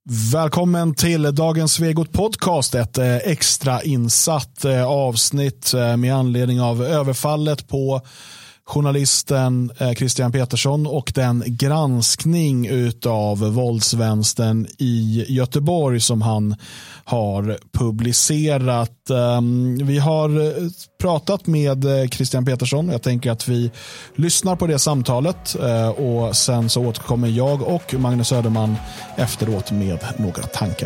Välkommen till dagens Svegot podcast, ett extra insatt avsnitt med anledning av överfallet på journalisten Christian Petersson och den granskning utav våldsvänstern i Göteborg som han har publicerat. Vi har pratat med Christian Petersson. Jag tänker att vi lyssnar på det samtalet och sen så återkommer jag och Magnus Söderman efteråt med några tankar.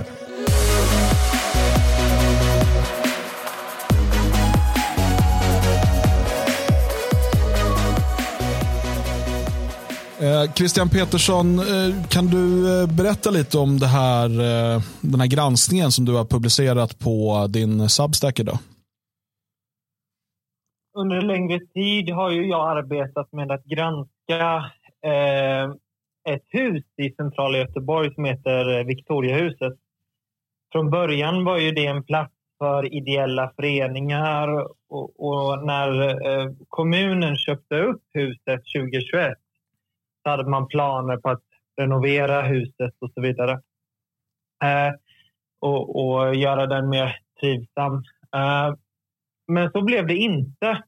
Christian Petersson, kan du berätta lite om det här, den här granskningen som du har publicerat på din Substack idag? Under en längre tid har ju jag arbetat med att granska ett hus i centrala Göteborg som heter Victoriahuset. Från början var ju det en plats för ideella föreningar och när kommunen köpte upp huset 2021 hade man planer på att renovera huset och så vidare. Och göra den mer trivsam. Men så blev det inte.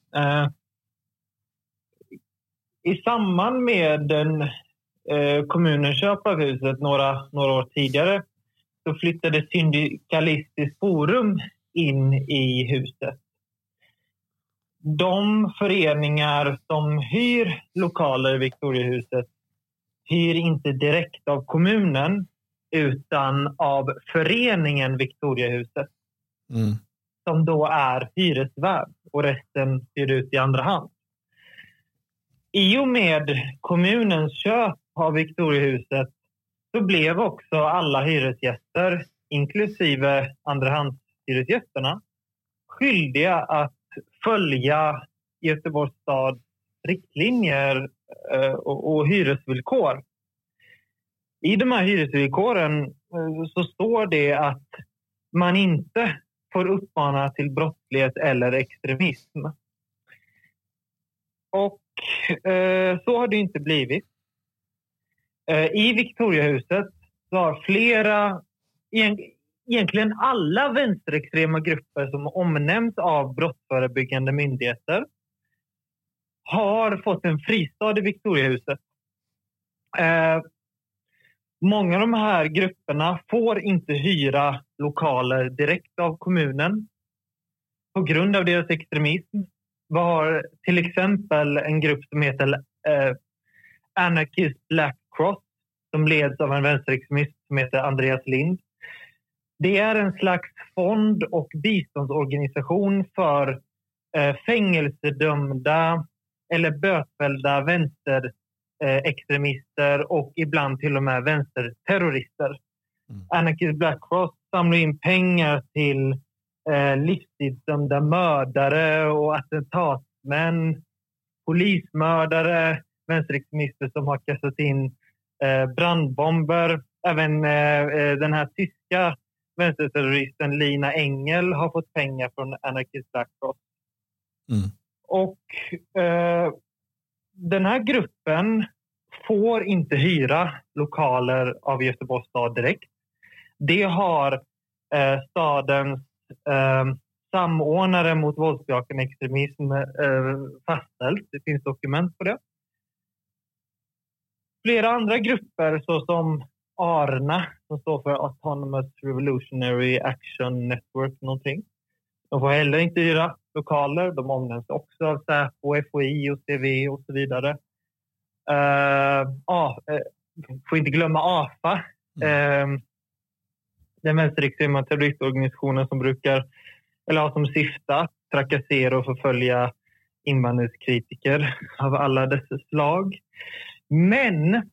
I samband med kommunens köp av huset några år tidigare så flyttade Syndikalistiskt forum in i huset. De föreningar som hyr lokaler i Victoriahuset hyr inte direkt av kommunen utan av föreningen Victoriahuset. Som då är hyresvärd och resten hyr ut i andra hand. I och med kommunens köp av Victoriahuset så blev också alla hyresgäster, inklusive andrahandshyresgästerna, skyldiga att följa Göteborgs stads riktlinjer och hyresvillkor. I de här hyresvillkoren så står det att man inte får uppmana till brottslighet eller extremism. Och så har det inte blivit. I Victoriahuset så har flera, egentligen alla vänsterextrema grupper som omnämns av brottsförebyggande myndigheter har fått en fristad i Victoriahuset. Många av de här grupperna får inte hyra lokaler direkt av kommunen på grund av deras extremism. Vi har till exempel en grupp som heter Anarchist Black Cross som leds av en vänsterextremist som heter Andreas Lind. Det är en slags fond och biståndsorganisation för fängelsedömda eller bötfällda vänsterextremister och ibland till och med vänsterterrorister. Anarchist Black Cross samlar in pengar till livstidsdömda mördare och attentatsmän, polismördare, vänsterextremister som har kastat in brandbomber. Även den här tyska vänsterterroristen Lina Engel har fått pengar från Anarchist Black Cross. Och den här gruppen får inte hyra lokaler av Göteborgs stad direkt. Det har stadens samordnare mot våldsbejakande extremism fastställt. Det finns dokument på det. Flera andra grupper såsom ARNA som står för Autonomous Revolutionary Action Network någonting. De får heller inte hyra lokaler. De omnämns också av SÄPO, FOI och CV och så vidare. Får inte glömma AFA. Den vänsterextrema terroristorganisationen som brukar eller har som syfte att trakassera och förfölja invandringskritiker av alla dessa slag. Men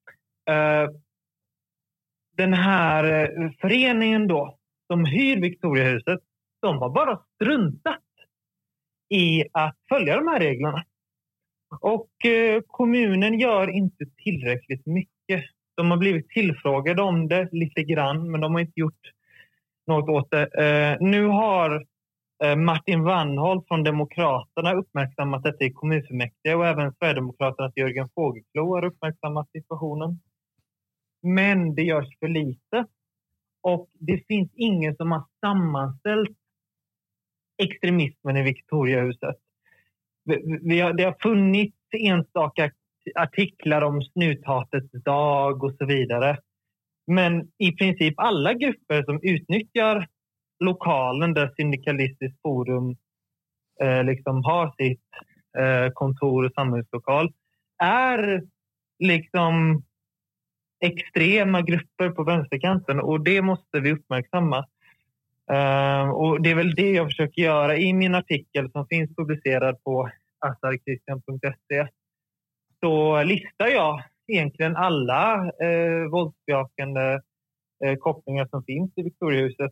den här föreningen då som hyr Victoriahuset, de har bara struntat i att följa de här reglerna. Och kommunen gör inte tillräckligt mycket. De har blivit tillfrågade om det lite grann, men de har inte gjort något åt det. Nu har Martin Wannholt från Demokraterna uppmärksammat detta i kommunfullmäktige och även Sverigedemokraternas Jörgen Fågelklo har uppmärksammat situationen. men det görs för lite. Och det finns ingen som har sammanställt extremismen i Victoriahuset. Det har funnits enstaka artiklar om snuthatets dag och så vidare. Men i princip alla grupper som utnyttjar lokalen där Syndikalistiskt forum liksom har sitt kontor och samhällslokal är liksom extrema grupper på vänsterkanten, och det måste vi uppmärksamma. Och det är väl det jag försöker göra i min artikel som finns publicerad på asarchristian.se. Så listar jag egentligen alla våldsbejakande kopplingar som finns i Victoriahuset.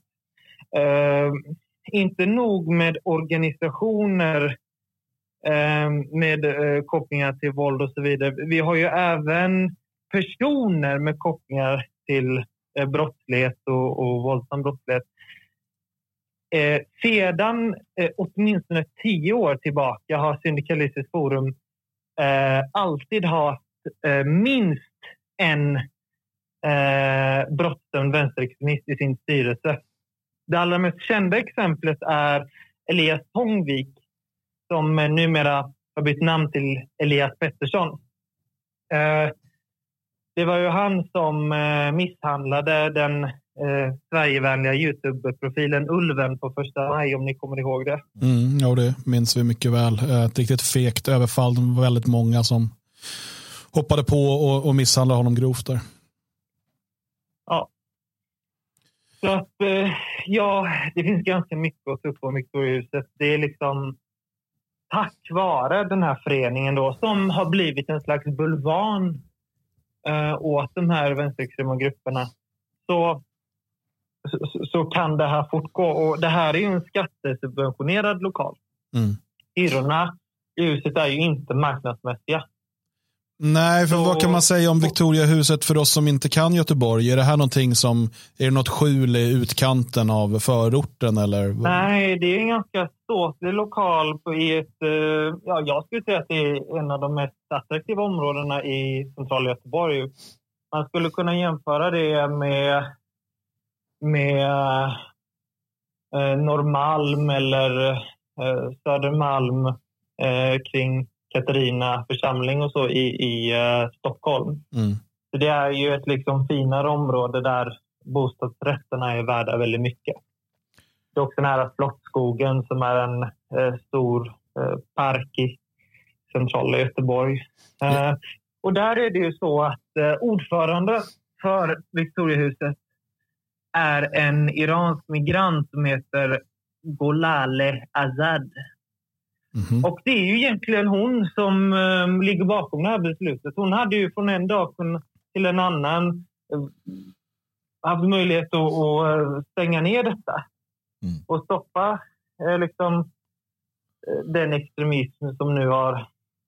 Inte nog med organisationer med kopplingar till våld och så vidare. Vi har ju även personer med kopplingar till brottslighet och våldsam brottslighet. Sedan åtminstone 10 år tillbaka har Syndikalistiskt forum alltid haft minst en brottsdömd vänsterextremist i sin styrelse. Det allra mest kända exemplet är Elias Tångvik, som numera har bytt namn till Elias Pettersson. Det var ju han som misshandlade den Sverigevänliga YouTube-profilen Ulven på 1 maj, om ni kommer ihåg det. Ja, det minns vi mycket väl. Ett riktigt fegt överfall. Det var väldigt många som hoppade på och misshandlade honom grovt där. Ja. Så att, ja, det finns ganska mycket att ta upp på Victoriahuset. Det är liksom tack vare den här föreningen då, som har blivit en slags bulvan åt de här vänsterextrema grupperna, så kan det här fortgå. Och det här är ju en skattesubventionerad lokal. Hyrorna i huset är ju inte marknadsmässiga. Nej, för vad kan man säga om Victoriahuset för oss som inte kan Göteborg? Är det här någonting som, är det något skjul i utkanten av förorten eller? Nej, det är en ganska ståtlig lokal i ett, ja, jag skulle säga att det är en av de mest attraktiva områdena i centrala Göteborg. Man skulle kunna jämföra det med Norrmalm eller Södermalm kring Katarina församling och så i Stockholm. Så det är ju ett liksom finare område där bostadsrätterna är värda väldigt mycket. Det är också nära Slottsskogen som är en stor park i centrala Göteborg. Och där är det ju så att ordförande för Victoriahuset är en iransk migrant som heter Golale Azad. Och det är ju egentligen hon som ligger bakom det här beslutet. Hon hade ju från en dag till en annan haft möjlighet att stänga ner detta. Och stoppa liksom den extremism som nu har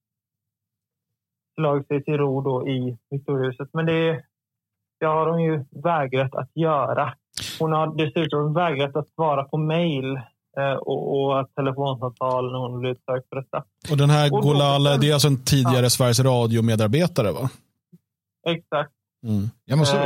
slagit sig till ro då i Victoriahuset. Men det har hon ju vägrat att göra. Hon har dessutom vägrat att svara på mejl och telefonsamtal när hon blir utsökt för detta. Och den här Golale, det är alltså en tidigare Sveriges Radio-medarbetare, va? Exakt. Jag måste...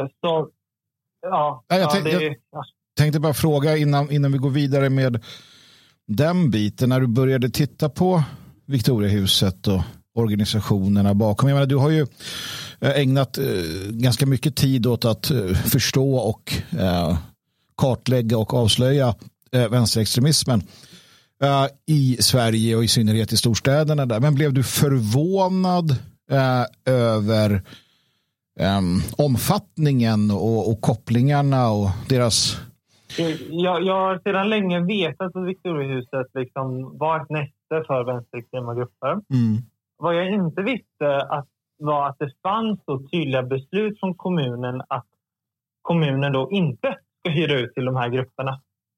Jag tänkte bara fråga innan vi går vidare med den biten. När du började titta på Victoriahuset och organisationerna bakom. Jag menar, du har ju ägnat ganska mycket tid åt att förstå och kartlägga och avslöja vänsterextremismen i Sverige och i synnerhet i storstäderna där. Men blev du förvånad över omfattningen och kopplingarna och deras... Jag har sedan länge vetat att Victoriahuset liksom var ett näste för vänsterextrema grupper. Vad jag inte visste var att det fanns så tydliga beslut från kommunen att kommunen då inte ska hyra ut till de här grupperna.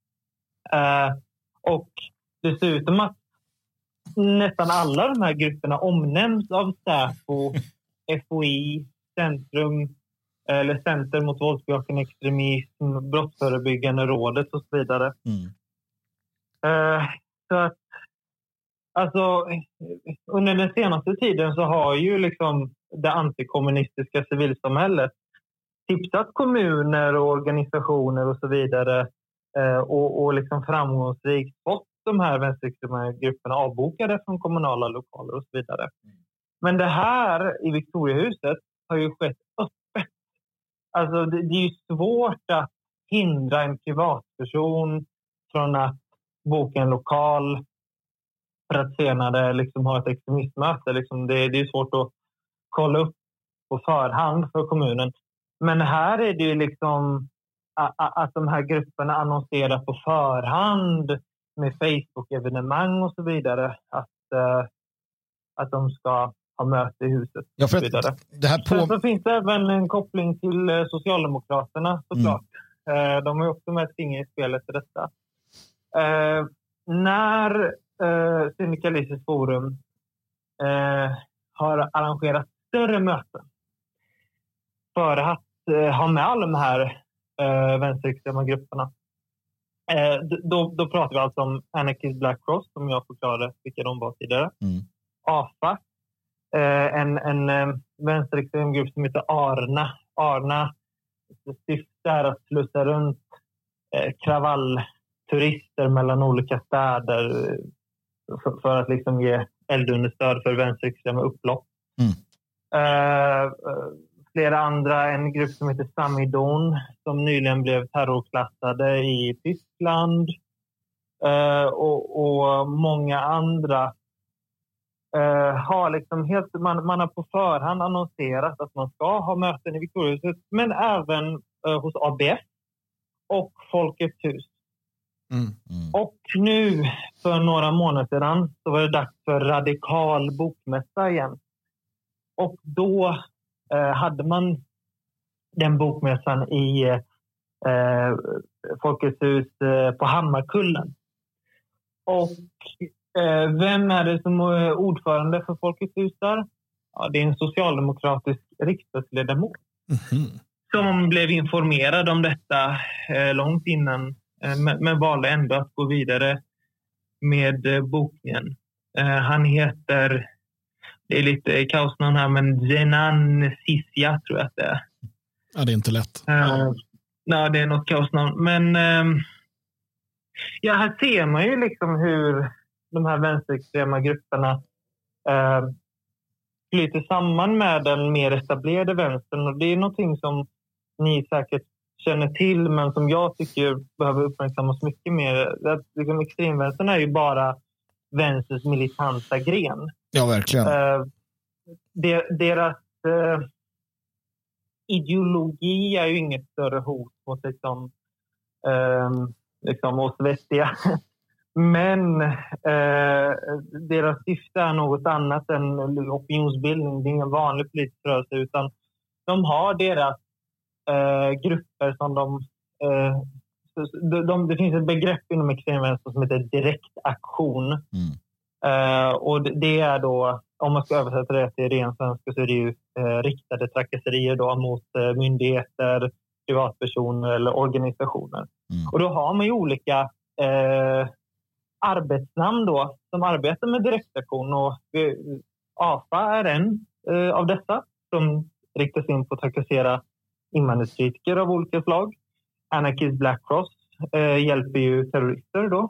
Och dessutom att nästan alla de här grupperna omnämns av Säpo, FOI, Center mot våldsbejakande extremism, Brottsförebyggande rådet och så vidare. Så att alltså, under den senaste tiden så har ju liksom det antikommunistiska civilsamhället tipsat kommuner och organisationer och så vidare och liksom framgångsrikt fått de här vänsterextrema grupperna avbokade från kommunala lokaler och så vidare. Men det här i Victoriahuset har ju skett öppet. Alltså det är ju svårt att hindra en privatperson från att boka en lokal för att senare liksom ha ett extremistmöte. Liksom det är svårt att kolla upp på förhand för kommunen. Men här är det ju liksom att de här grupperna annonserar på förhand med Facebook-evenemang och så vidare att de ska ha möte i huset. Ja, för och så vidare. Så finns det även en koppling till Socialdemokraterna såklart. De har också med ett finger i spelet för detta. När Syndikalistiskt forum har arrangerat större möten för att ha med alla de här vänsterextrema grupperna. Då pratar vi alltså om Anarchist Black Cross, som jag förklarade vilka de var tidigare. AFA, en vänsterextrem grupp som heter ARNA. ARNA syfte är att slussa runt kravallturister mellan olika städer för att liksom ge eldunderstöd för vänsterextrema upplopp. Flera andra, en grupp som heter Samidon som nyligen blev terrorklassade i Tyskland och många andra har liksom helt, man har på förhand annonserat att man ska ha möten i Victoriahuset, men även hos ABF och Folkets hus. Och nu för några månader sedan så var det dags för radikal bokmässa igen. Och då hade man den bokmässan i Folkets hus på Hammarkullen. Och vem är det som är ordförande för Folkets hus där? Ja, det är en socialdemokratisk riksdagsledamot som blev informerad om detta långt innan, men valde ändå att gå vidare med bokningen. Han heter, det är lite kaosnamn här, men Zenan Sissia tror jag att det är. Ja, det är inte lätt. Nej, det är något kaosnamn. Men ja, här ser man ju liksom hur de här vänsterextrema grupperna flyter samman med den mer etablerade vänstern. Och det är någonting som ni säkert känner till, men som jag tycker behöver uppmärksammas mycket mer. Att liksom extremvänstern är ju bara vänsterns militanta gren. Ja, verkligen. Deras ideologi är ju inget större hot mot liksom oss vettiga. Men deras syfte är något annat än opinionsbildning. Det är ingen vanlig politisk rörelse, utan de har deras grupper som det finns ett begrepp inom extremvänster som heter direktaktion. Och det är då, om man ska översätta det till ren svenska, så är det ju riktade trakasserier då mot myndigheter, privatpersoner eller organisationer. Och då har man ju olika arbetsnamn då som arbetar med direktaktion, och AFA är en av dessa som riktas in på att trakassera invandringskritiker av olika slag. Anarchist Black Cross hjälper ju terrorister då.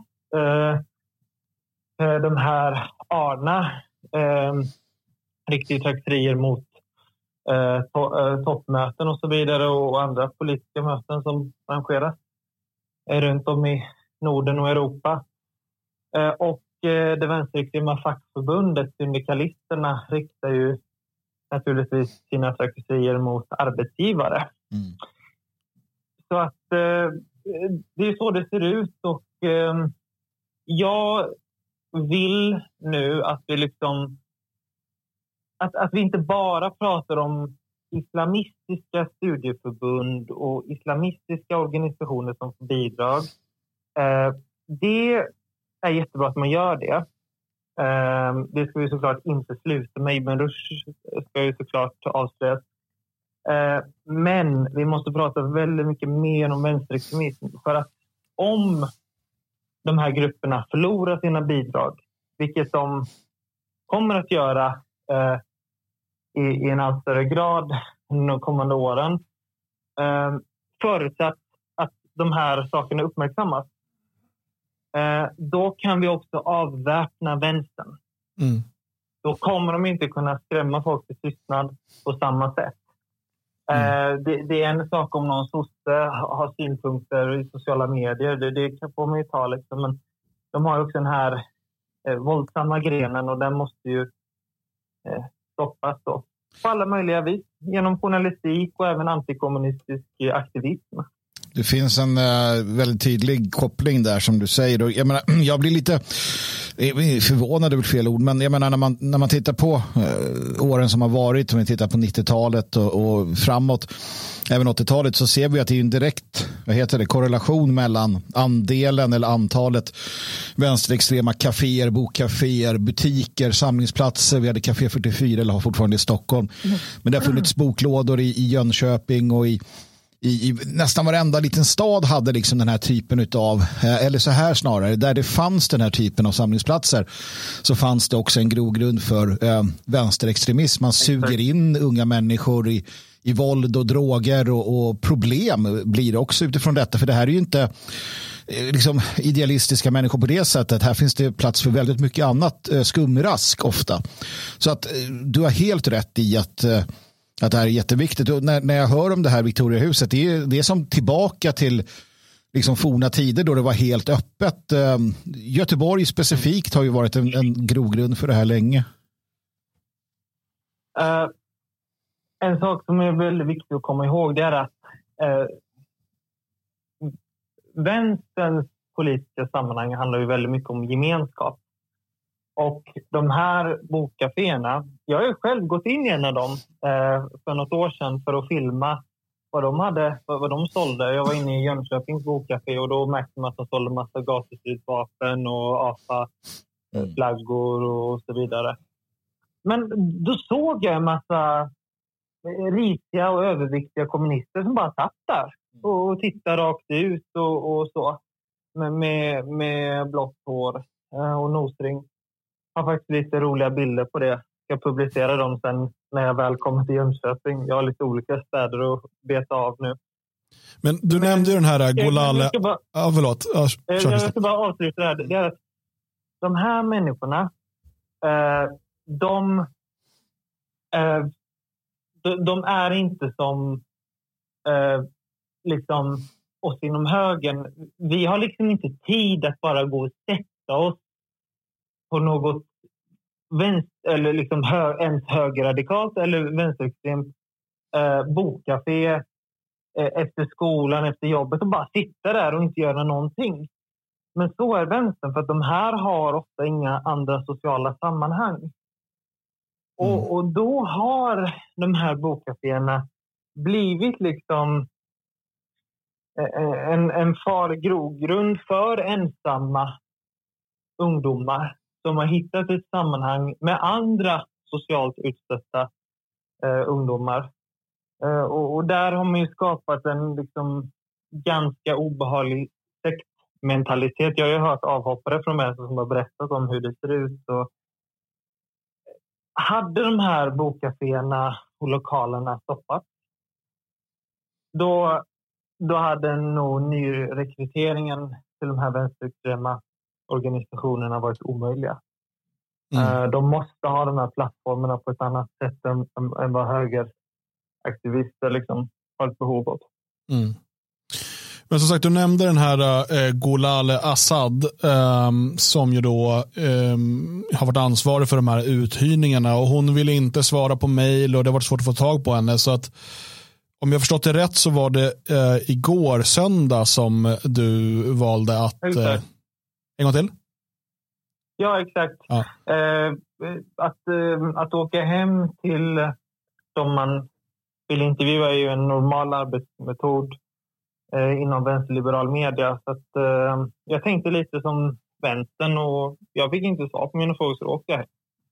De här ARNA riktiga trakasserier mot toppmöten och så vidare och andra politiska möten som arrangeras runt om i Norden och Europa. Och det vänsterextrema fackförbundet, Syndikalisterna, riktar ju naturligtvis sina trakasserier mot arbetsgivare. Så att det är så det ser ut, och jag vill nu att vi liksom att vi inte bara pratar om islamistiska studieförbund och islamistiska organisationer som får bidrag. Det är jättebra att man gör det. Det ska vi såklart inte sluta med. Ibn Rushd ska ju såklart avslöjas. Men vi måste prata väldigt mycket mer om vänsterextremism, för att om de här grupperna förlorar sina bidrag, vilket de kommer att göra i en allt större grad de kommande åren, förutsatt att de här sakerna uppmärksammas, då kan vi också avväpna vänstern. Då kommer de inte kunna skrämma folk till tystnad på samma sätt. Det är en sak om någon sosse har synpunkter i sociala medier. Det får man ju ta liksom. Men de har ju också den här våldsamma grenen, och den måste ju stoppas då. På alla möjliga vis. Genom journalistik och även antikommunistisk aktivism. Det finns en väldigt tydlig koppling där som du säger. Jag menar, jag blir lite förvånad över fel ord, men jag menar när man tittar på åren som har varit, om vi tittar på 90-talet och framåt, även 80-talet, så ser vi att det är en direkt korrelation mellan andelen eller antalet vänsterextrema kaféer, bokkaféer, butiker, samlingsplatser. Vi hade Café 44, eller har fortfarande i Stockholm. Men det har funnits boklådor i Jönköping, och i nästan varenda liten stad hade liksom den här typen av, eller så här snarare, där det fanns den här typen av samlingsplatser, så fanns det också en grogrund för vänsterextremism. Man suger in unga människor i våld och droger, och problem blir det också utifrån detta, för det här är ju inte liksom idealistiska människor på det sättet. Här finns det plats för väldigt mycket annat skumrask ofta. Så att du har helt rätt i att det här är jätteviktigt. Och när jag hör om det här Victoriahuset, det är som tillbaka till liksom forna tider då det var helt öppet. Göteborg specifikt har ju varit en grogrund för det här länge. En sak som är väldigt viktig att komma ihåg, det är att vänsterns politiska sammanhang handlar ju väldigt mycket om gemenskap. Och de här bokkaféerna, jag har ju själv gått in i en av dem för något år sedan för att filma vad de sålde. Jag var inne i Jönköpings bokkafé, och då märkte man att de sålde massa gatustridsvapen och AFA-flaggor och så vidare. Men då såg jag en massa risiga och överviktiga kommunister som bara satt där och tittade rakt ut och så. Med blått hår och nosring. Jag har faktiskt lite roliga bilder på det. Jag ska publicera dem sen när jag väl kommer till Jönköping. Jag har lite olika städer att beta av nu. Men du nämnde ju den här Golale... förlåt. Jag ska bara avsluta det här. Det är att de här människorna, de är inte som liksom oss inom högern. Vi har liksom inte tid att bara gå och sätta oss på något vänster, eller liksom ens högerradikalt eller vänsterextremt bokkafé efter skolan, efter jobbet, och bara sitta där och inte göra någonting. Men så är vänstern, för att de här har ofta inga andra sociala sammanhang. Och då har de här bokkaféerna blivit liksom en farlig grogrund för ensamma ungdomar som har hittat ett sammanhang med andra socialt utstötta ungdomar. Och där har man ju skapat en liksom ganska obehaglig sektmentalitet. Jag har ju hört avhoppare från mig som har berättat om hur det ser ut. Och hade de här bokkaféerna och lokalerna stoppats, då hade nog nyrekryteringen till de här vänsterextrema organisationerna varit omöjliga. De måste ha de här plattformarna på ett annat sätt än vad högeraktivister liksom har ett behov av. Men som sagt, du nämnde den här Golale Assad som ju då har varit ansvarig för de här uthyrningarna, och hon ville inte svara på mejl och det var svårt att få tag på henne. Så att om jag förstått det rätt så var det igår söndag som du valde att... en gång till? Ja, exakt. Ja. Att åka hem till de man vill intervjua är ju en normal arbetsmetod inom vänsterliberal media. Så att, jag tänkte lite som vänstern, och jag fick inte svar på mina frågor, så åkte jag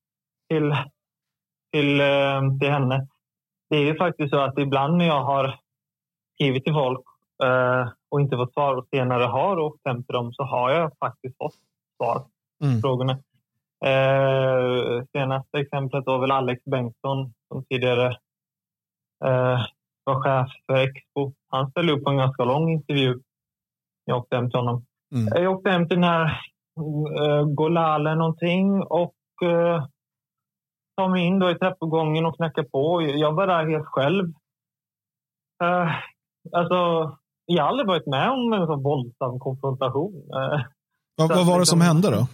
till henne. Det är ju faktiskt så att ibland när jag har skrivit till folk och inte fått svar och senare har åkt hem till dem, så har jag faktiskt fått svar på frågorna. Senaste exemplet var väl Alex Bengtsson som tidigare var chef för Expo. Han ställde upp på en ganska lång intervju. Jag åkte hem till honom. Jag åkte hem till den här Golale någonting och tar mig in då i trappuppgången och knackar på. Jag var där helt själv. Alltså, jag har aldrig varit med om en sån våldsam konfrontation. Vad var det som hände då?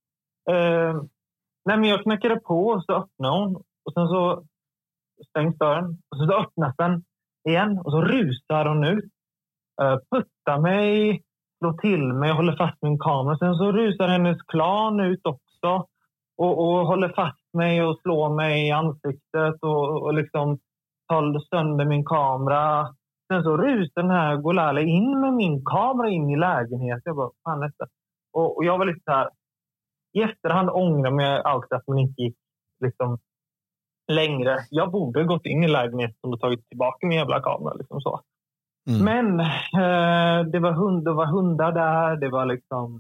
Nej, men jag knackade på och så öppnade hon. Och sen så stängs dörren. Och så öppnas den igen. Och så rusar hon ut. Puttar mig, slår till mig och håller fast min kamera. Sen så rusar hennes klan ut också. Och håller fast mig och slår mig i ansiktet. Och liksom tar sönder min kamera. Sen så rusar den här Golale in med min kamera in i lägenheten. Jag bara, fan nästan. Och jag var lite så här. I efterhand ångrar mig alltid att man inte gick liksom längre. Jag borde gått in i lägenheten och tagit tillbaka min jävla kamera. Liksom så. Men det var hundar där. Det var liksom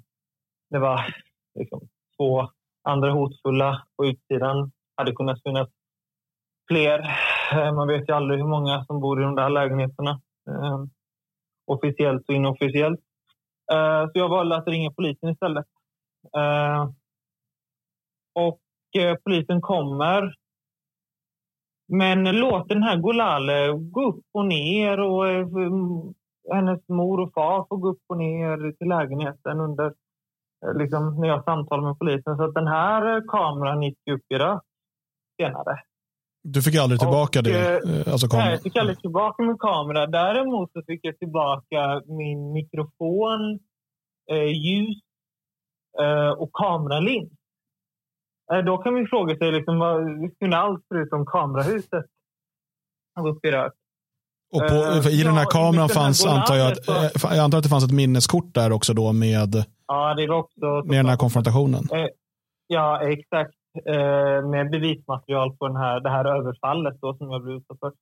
2 andra hotfulla på utsidan. Hade kunnat finnas fler. Man vet ju aldrig hur många som bor i de där lägenheterna. Officiellt och inofficiellt. Så jag valde att ringa polisen istället. Och polisen kommer. Men låter den här Golale gå upp och ner. Och hennes mor och far får gå upp och ner till lägenheten under liksom, när jag samtalar med polisen. Så att den här kameran gick upp i rök senare. Du fick aldrig tillbaka det? Alltså nej, jag fick aldrig tillbaka min kamera. Däremot så fick jag tillbaka min mikrofon, ljus och kameralins. Då kan vi fråga sig liksom, vad skulle allt förutom kamerahuset gå upp i rök? Och i den här kameran fanns, jag antar att det fanns ett minneskort där också då med, det var också, med den här konfrontationen. Ja, exakt. Med bevismaterial på det här överfallet då, som jag blev utsatt för.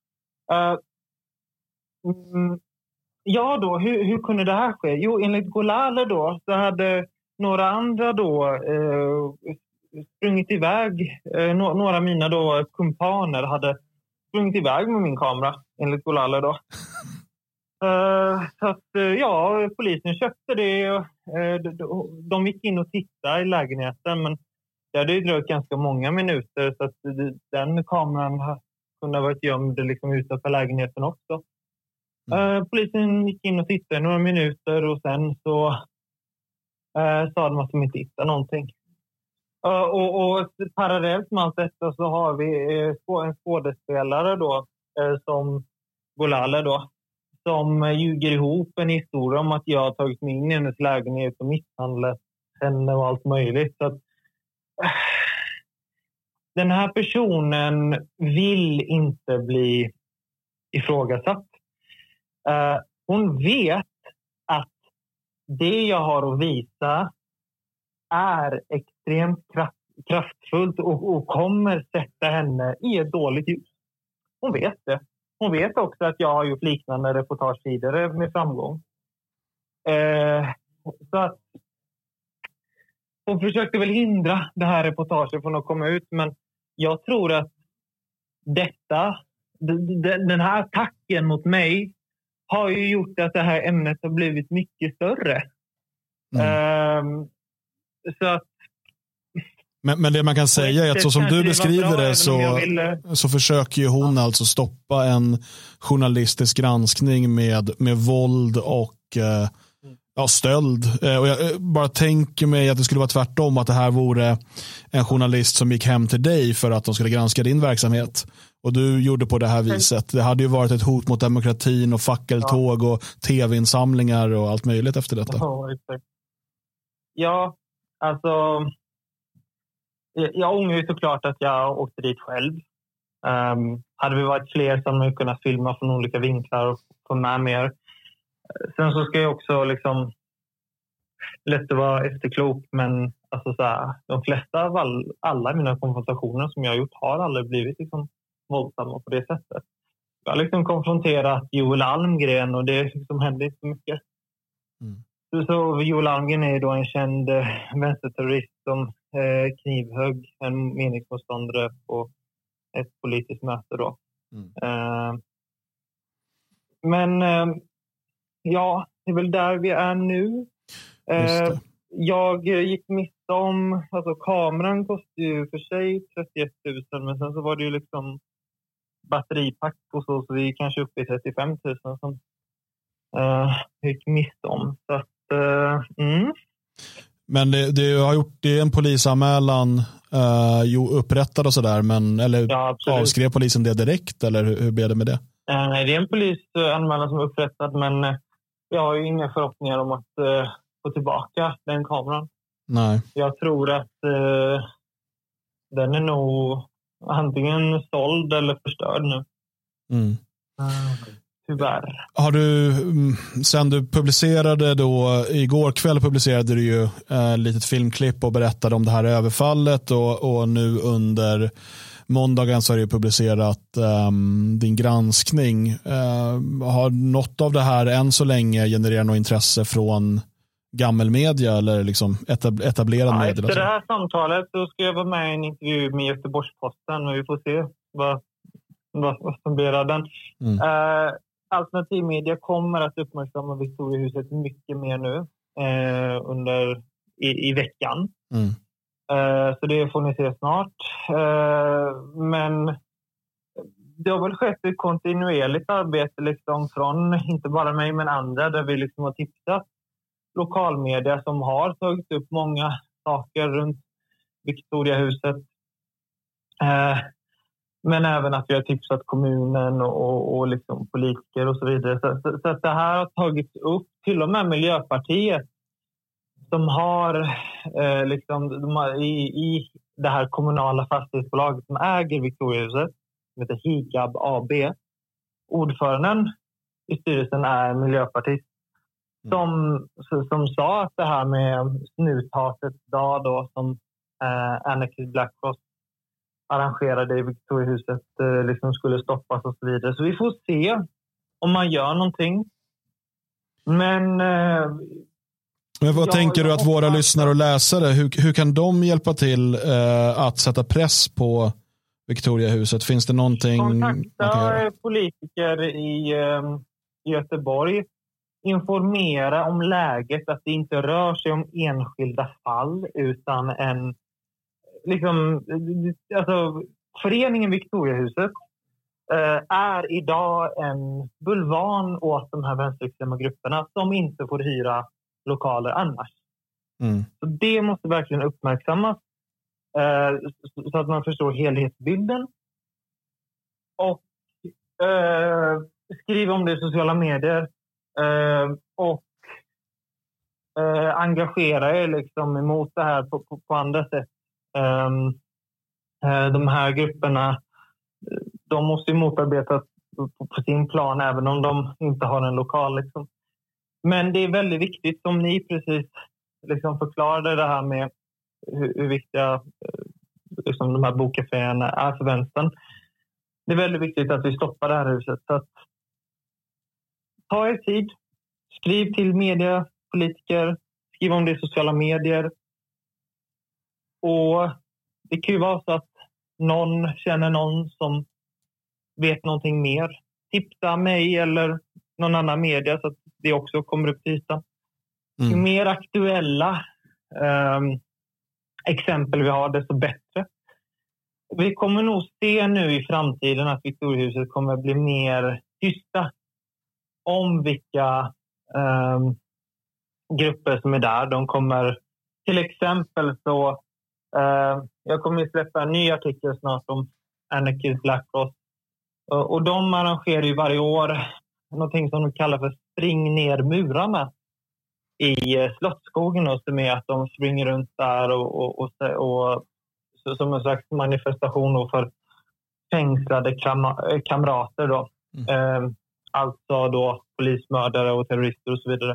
Ja då, hur kunde det här ske? Jo, enligt Golale då så hade några andra då sprungit iväg. Några av mina då kumpaner hade sprungit iväg med min kamera, enligt Golale då. Så att polisen köpte det. De gick in och tittade i lägenheten, men det hade ju dröjt ganska många minuter, så att den kameran kunde ha varit gömd liksom utanför lägenheten också. Polisen gick in och tittade några minuter och sen så sa de att de inte hittade någonting. Och parallellt med allt detta så har vi en skådespelare då, som Golale då, som ljuger ihop en historia om att jag har tagit mig in i hennes lägenhet och misshandlat henne och allt möjligt. Så att den här personen vill inte bli ifrågasatt. Hon vet att det jag har att visa är extremt kraftfullt och kommer sätta henne i ett dåligt ljus. Hon vet det. Hon vet också att jag har gjort liknande reportage tidigare med framgång. Så att hon försökte väl hindra det här reportaget från att komma ut, men jag tror att den här attacken mot mig har ju gjort att det här ämnet har blivit mycket större. Så att, men det man kan säga är att så som du beskriver det så försöker ju hon alltså stoppa en journalistisk granskning med våld och stöld. Och jag bara tänker mig att det skulle vara tvärtom, att det här vore en journalist som gick hem till dig för att de skulle granska din verksamhet. Och du gjorde på det här viset. Det hade ju varit ett hot mot demokratin och fackeltåg och tv-insamlingar och allt möjligt efter detta. Ja, alltså jag ångrar ju såklart att jag åkte dit själv. Hade vi varit fler som hade kunnat filma från olika vinklar och få med mer. Sen så ska jag också liksom, lätt att vara efterklok, men alltså så här, de flesta av alla mina konfrontationer som jag har gjort har aldrig blivit liksom våldsamma på det sättet. Jag har liksom konfronterat Joel Almgren och det liksom hände inte så mycket. Så Joel Almgren är då en känd vänsterterrorist som knivhögg en meningsmotståndare på ett politiskt möte då. Men ja, det är väl där vi är nu. Jag gick miste om, alltså kameran kostar ju för sig 31 000, men sen så var det ju liksom batteripack och så vi är kanske uppe i 35 000 som gick miste om. Så att, Men det är en polisanmälan upprättad och sådär, men eller avskrev polisen det direkt, eller hur blev det med det? Nej, det är en polisanmälan som är upprättad, men jag har ju inga förhoppningar om att få tillbaka den kameran. Nej. Jag tror att den är nog antingen såld eller förstörd nu. Tyvärr. Har du, sen du publicerade då, igår kväll publicerade du ju litet filmklipp och berättade om det här överfallet, och nu under måndagen så har du publicerat din granskning. Har något av det här än så länge genererat något intresse från gammelmedia eller liksom etablerad media? Efter det här samtalet så ska jag vara med i en intervju med Göteborgs-Posten och vi får se vad som blir av den. Alternativmedia kommer att uppmärksamma Victoriahuset mycket mer nu i veckan. Så det får ni se snart. Men det har väl skett ett kontinuerligt arbete liksom från inte bara mig men andra, där vi liksom har tipsat lokalmedia som har tagit upp många saker runt Victoriahuset. Men även att vi har tipsat kommunen och liksom politiker och så vidare. Så att det här har tagits upp, till och med Miljöpartiet som har i det här kommunala fastighetsbolaget som äger Victoriahuset, som heter Higab AB. Ordföranden i styrelsen är miljöpartist som sa att det här med snuthatets dag då, som Anarchist Black Cross arrangerade i Victoriahuset liksom skulle stoppas och så vidare. Så vi får se om man gör någonting. Men vad tänker du att våra lyssnare och läsare, hur kan de hjälpa till att sätta press på Victoriahuset? Finns det någonting? Kontakta politiker i Göteborg. Informera om läget, att det inte rör sig om enskilda fall utan en föreningen Victoriahuset är idag en bulvan åt de här vänsterextrema grupperna som inte får hyra lokaler annars. Så det måste verkligen uppmärksammas så att man förstår helhetsbilden. Och skriv om det i sociala medier och engagera er liksom emot det här på andra sätt. De här grupperna, de måste ju motarbetas på sin plan även om de inte har en lokal liksom. Men det är väldigt viktigt, som ni precis liksom förklarade det här med hur viktiga liksom de här bokkaféerna är för vänstern. Det är väldigt viktigt att vi stoppar det här huset. Så att, ta er tid, skriv till media, politiker, skriv om det i sociala medier. Och det kan ju vara så att någon känner någon som vet någonting mer. Tipsa mig eller någon annan media så att det också kommer upp till ytan. Ju mer aktuella exempel vi har, desto bättre. Vi kommer nog se nu i framtiden att Victoriahuset kommer bli mer tysta om vilka grupper som är där. De kommer till exempel så jag kommer att släppa en ny artikel snart om Anarchist Black Cross. Och de arrangerar ju varje år någonting som de kallar för spring ner murarna i Slottsskogen, och som är att de springer runt där och som en slags manifestation för fängslade kamrater då. Alltså då polismördare och terrorister och så vidare.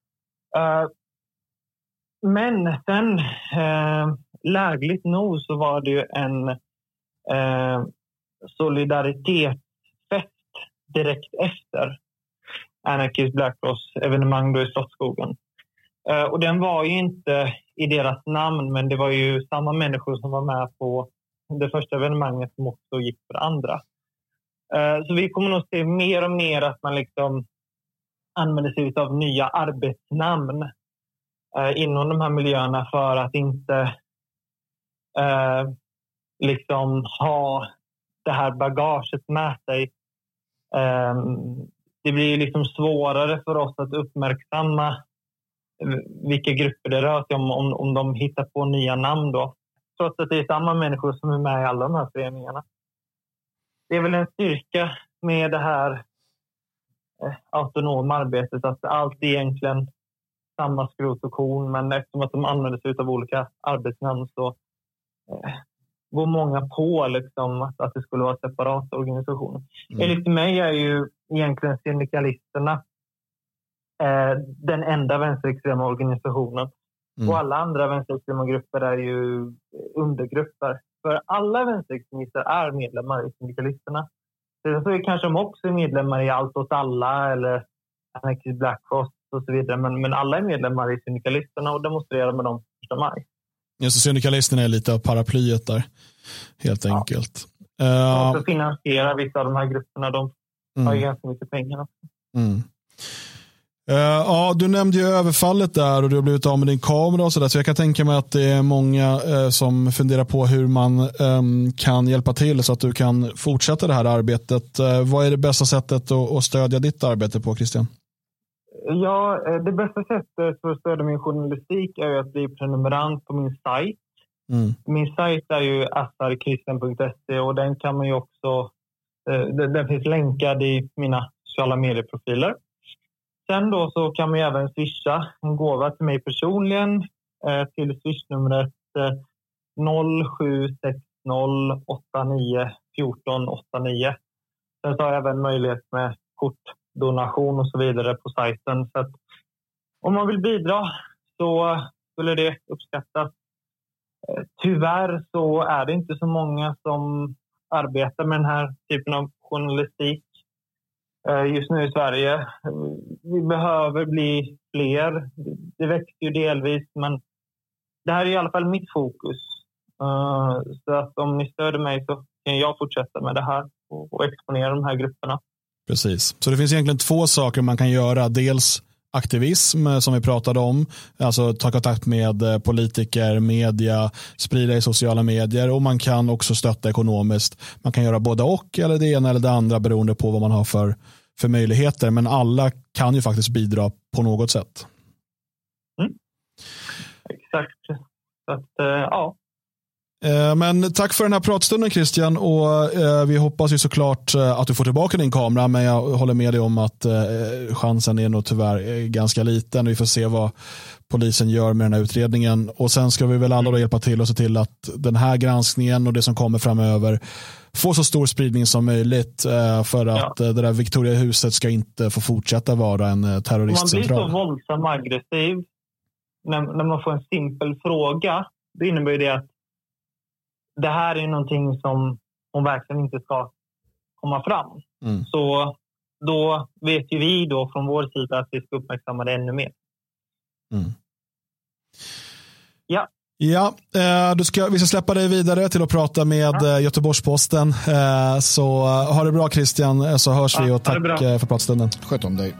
Men sen lägligt nog så var det ju en solidaritetsfest direkt efter Anarchist Black Cross evenemang då i Slottsskogen. Och den var ju inte i deras namn, men det var ju samma människor som var med på det första evenemanget som också gick för det andra. Så vi kommer nog se mer och mer att man liksom använder sig av nya arbetsnamn inom de här miljöerna för att inte liksom ha det här bagaget med sig. Det blir liksom svårare för oss att uppmärksamma vilka grupper det rör sig om de hittar på nya namn då. Trots att det är samma människor som är med i alla de här föreningarna. Det är väl en styrka med det här autonoma arbetet att allt är egentligen samma skrot och korn, men eftersom att de använder sig av olika arbetsnamn så går många på liksom att det skulle vara separata organisationer. Enligt mig är ju egentligen syndikalisterna den enda vänsterextrema organisationen. Och alla andra vänsterextrema grupper är ju undergrupper. För alla vänsterextremister är medlemmar i syndikalisterna. Sen så är kanske de också medlemmar i Allt åt alla eller Anarchist Black Cross och så vidare. Men alla är medlemmar i syndikalisterna och demonstrerar med dem 1 maj. Ja, så syndikalisterna är lite av paraplyet där, helt enkelt. Och finansierar vissa av de här grupperna. De har ju ganska mycket pengar också. Ja, du nämnde ju överfallet där och du har blivit av med din kamera och sådär. Så jag kan tänka mig att det är många som funderar på hur man kan hjälpa till så att du kan fortsätta det här arbetet. Vad är det bästa sättet att stödja ditt arbete på, Christian? Ja, det bästa sättet för att stödja min journalistik är ju att bli prenumerant på min sajt. Min sajt är ju asarkristen.se och den kan man ju också, den finns länkad i mina sociala medieprofiler. Sen då så kan man även swisha en gåva till mig personligen till swishnumret 0760891489. Sen så har jag även möjlighet med kortdonation och så vidare på sajten. Så att om man vill bidra så skulle det uppskattas. Tyvärr så är det inte så många som arbetar med den här typen av journalistik just nu i Sverige. Vi behöver bli fler. Det växer ju delvis, men det här är i alla fall mitt fokus. Så att om ni stöder mig så kan jag fortsätta med det här och exponera de här grupperna. Precis. Så det finns egentligen 2 saker man kan göra. Dels aktivism som vi pratade om, alltså ta kontakt med politiker, media, sprida i sociala medier, och man kan också stötta ekonomiskt. Man kan göra både och eller det ena eller det andra beroende på vad man har för möjligheter, men alla kan ju faktiskt bidra på något sätt. Exakt. Så att, ja. Men tack för den här pratstunden, Christian, och vi hoppas ju såklart att du får tillbaka din kamera, men jag håller med dig om att chansen är nog tyvärr ganska liten. Vi får se vad polisen gör med den här utredningen, och sen ska vi väl alla då hjälpa till och se till att den här granskningen och det som kommer framöver får så stor spridning som möjligt, för att det där Victoriahuset ska inte få fortsätta vara en terroristcentral. Man blir så våldsam aggressiv när man får en simpel fråga. Det innebär ju det att det här är någonting som hon verkligen inte ska komma fram. Så då vet ju vi då från vår sida att vi ska uppmärksamma det ännu mer. Ja, vi ska släppa dig vidare till att prata med Göteborgs-Posten. Så ha det bra, Christian, så hörs vi, och tack för pratstunden. Sköt om dig.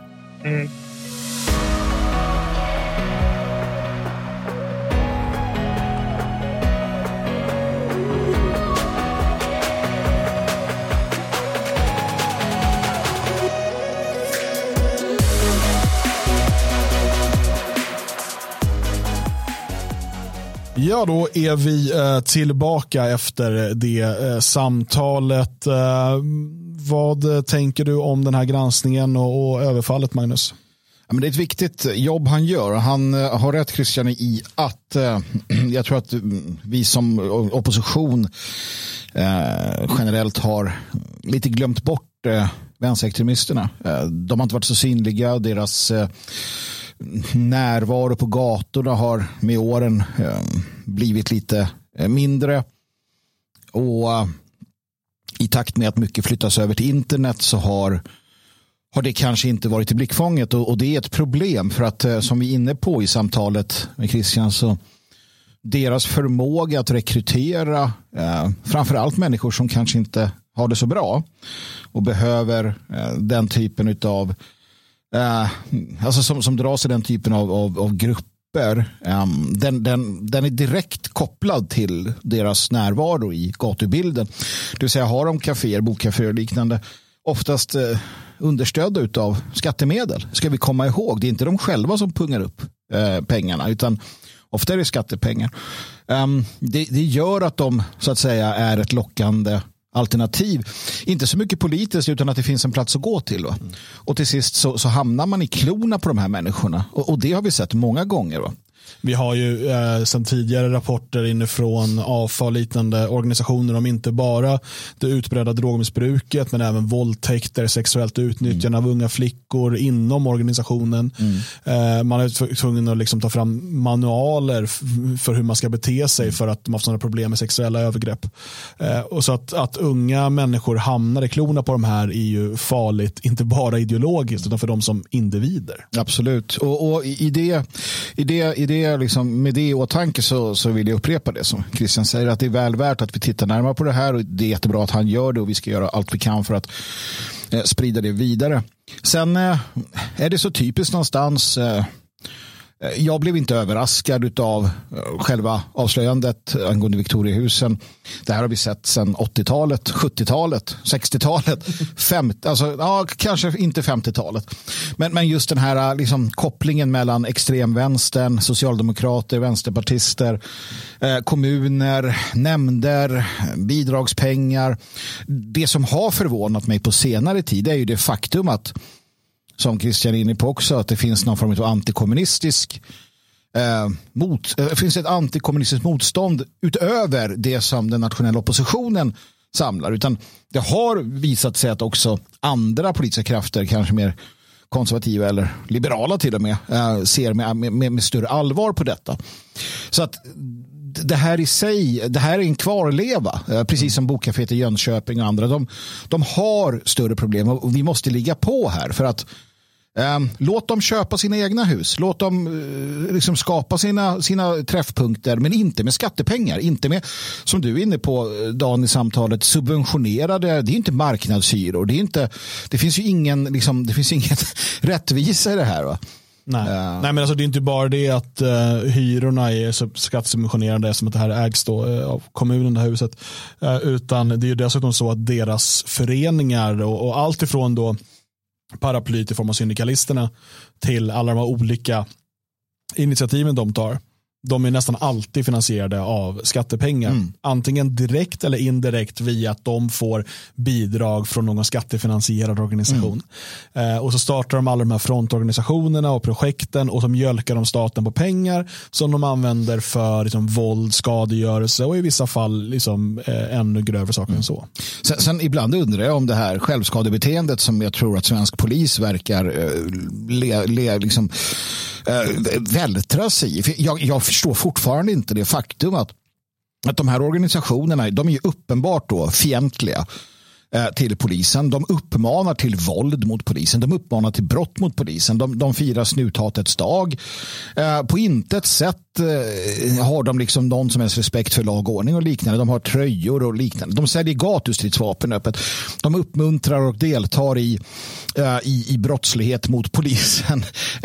Ja, då är vi tillbaka efter det samtalet. Vad tänker du om den här granskningen och överfallet, Magnus? Ja, men det är ett viktigt jobb han gör. Han har rätt, Christian, i att jag tror att vi som opposition generellt har lite glömt bort vänsterextremisterna. De har inte varit så synliga. Deras närvaro på gatorna har med åren blivit lite mindre, och i takt med att mycket flyttas över till internet så har det kanske inte varit i blickfånget, och det är ett problem, för att som vi är inne på i samtalet med Christian, så deras förmåga att rekrytera framförallt människor som kanske inte har det så bra och behöver den typen utav alltså som dras i den typen av grupper, den är direkt kopplad till deras närvaro i gatubilden. Det vill säga, har de kaféer, bokkaféer och liknande, oftast understödda utav skattemedel. Ska vi komma ihåg, det är inte de själva som pungar upp pengarna, utan ofta är det skattepengar. Det gör att de så att säga är ett lockande alternativ. Inte så mycket politiskt, utan att det finns en plats att gå till. Va? Och till sist så hamnar man i klorna på de här människorna. Och det har vi sett många gånger. Va? Vi har ju sedan tidigare rapporter inifrån AFA och liknande organisationer om inte bara det utbredda drogmissbruket men även våldtäkter, sexuellt utnyttjande av unga flickor inom organisationen. Man är tvungen att liksom ta fram manualer för hur man ska bete sig för att de har sådana problem med sexuella övergrepp. Och så att unga människor hamnar i klorna på de här är ju farligt, inte bara ideologiskt utan för dem som individer. Absolut. Och i det liksom, med det i åtanke så vill jag upprepa det som Christian säger, att det är väl värt att vi tittar närmare på det här, och det är jättebra att han gör det, och vi ska göra allt vi kan för att sprida det vidare. Sen är det så typiskt någonstans, jag blev inte överraskad av själva avslöjandet angående Victoriahusen. Det här har vi sett sedan 80-talet, 70-talet, 60-talet, kanske inte 50-talet. Men just den här liksom, kopplingen mellan extremvänstern, socialdemokrater, vänsterpartister, kommuner, nämnder, bidragspengar. Det som har förvånat mig på senare tid är ju det faktum att, som Christian är inne på också, att det finns någon form av antikommunistisk finns ett antikommunistiskt motstånd utöver det som den nationella oppositionen samlar, utan det har visat sig att också andra politiska krafter, kanske mer konservativa eller liberala till och med, ser med större allvar på detta. Så att det här i sig, det här är en kvarleva, precis som Bokkaféet i Jönköping och andra. De har större problem, och vi måste ligga på här för att låt dem köpa sina egna hus. Låt dem liksom skapa sina träffpunkter, men inte med skattepengar. Inte med, som du är inne på Dan i samtalet, subventionerade. Det är inte marknadshyror. Det finns ju ingen rättvisa i det här, va? Nej, men alltså det är inte bara det att hyrorna är skattesubventionerade som att det här ägs då av kommunen, det här huset, utan det är ju dessutom så att deras föreningar och allt ifrån då paraplyt i form av syndikalisterna till alla de olika initiativen de tar, de är nästan alltid finansierade av skattepengar. Antingen direkt eller indirekt via att de får bidrag från någon skattefinansierad organisation. Och så startar de alla de här frontorganisationerna och projekten, och så mjölkar de staten på pengar som de använder för liksom, våld, skadegörelse och i vissa fall liksom, ännu grövre saker än så. Sen ibland undrar jag om det här självskadebeteendet som jag tror att svensk polis verkar liksom vältras i. Jag förstår fortfarande inte det faktum att de här organisationerna, de är ju uppenbart då fientliga till polisen. De uppmanar till våld mot polisen. De uppmanar till brott mot polisen. De firar snuthatets dag. På intet sätt har de liksom någon som helst respekt för lag och ordning och liknande. De har tröjor och liknande. De säljer gatustridsvapen öppet. De uppmuntrar och deltar i brottslighet mot polisen.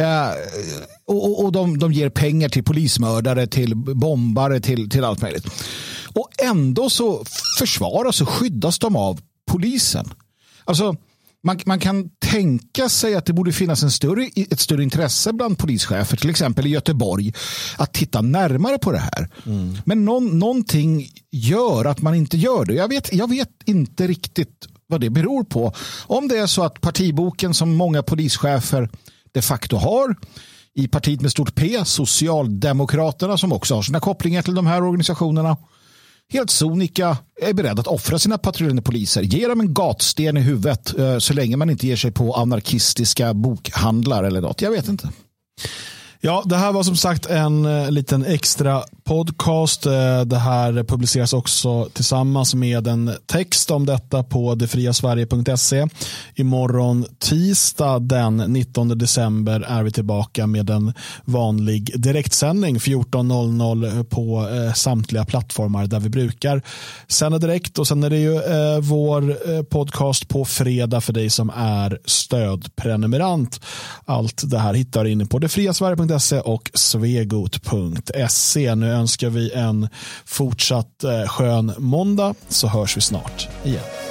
Och de ger pengar till polismördare, till bombare, till allt möjligt. Och ändå så försvaras och skyddas de av polisen. Alltså, man kan tänka sig att det borde finnas ett större intresse bland polischefer, till exempel i Göteborg, att titta närmare på det här. Men någonting gör att man inte gör det. Jag vet inte riktigt vad det beror på. Om det är så att partiboken som många polischefer de facto har, i partiet med stort P, Socialdemokraterna, som också har sina kopplingar till de här organisationerna, helt sonika är beredd att offra sina patrullerande poliser. Ge dem en gatsten i huvudet så länge man inte ger sig på anarkistiska bokhandlar eller något. Jag vet inte. Ja, det här var som sagt en liten extra podcast. Det här publiceras också tillsammans med en text om detta på detfriasverige.se. Imorgon tisdag den 19 december är vi tillbaka med en vanlig direktsändning 14.00 på samtliga plattformar där vi brukar sända direkt. Och sen är det ju vår podcast på fredag för dig som är stödprenumerant. Allt det här hittar inne på detfriasverige.se och svegot.se. Nu önskar vi en fortsatt skön måndag, så hörs vi snart igen.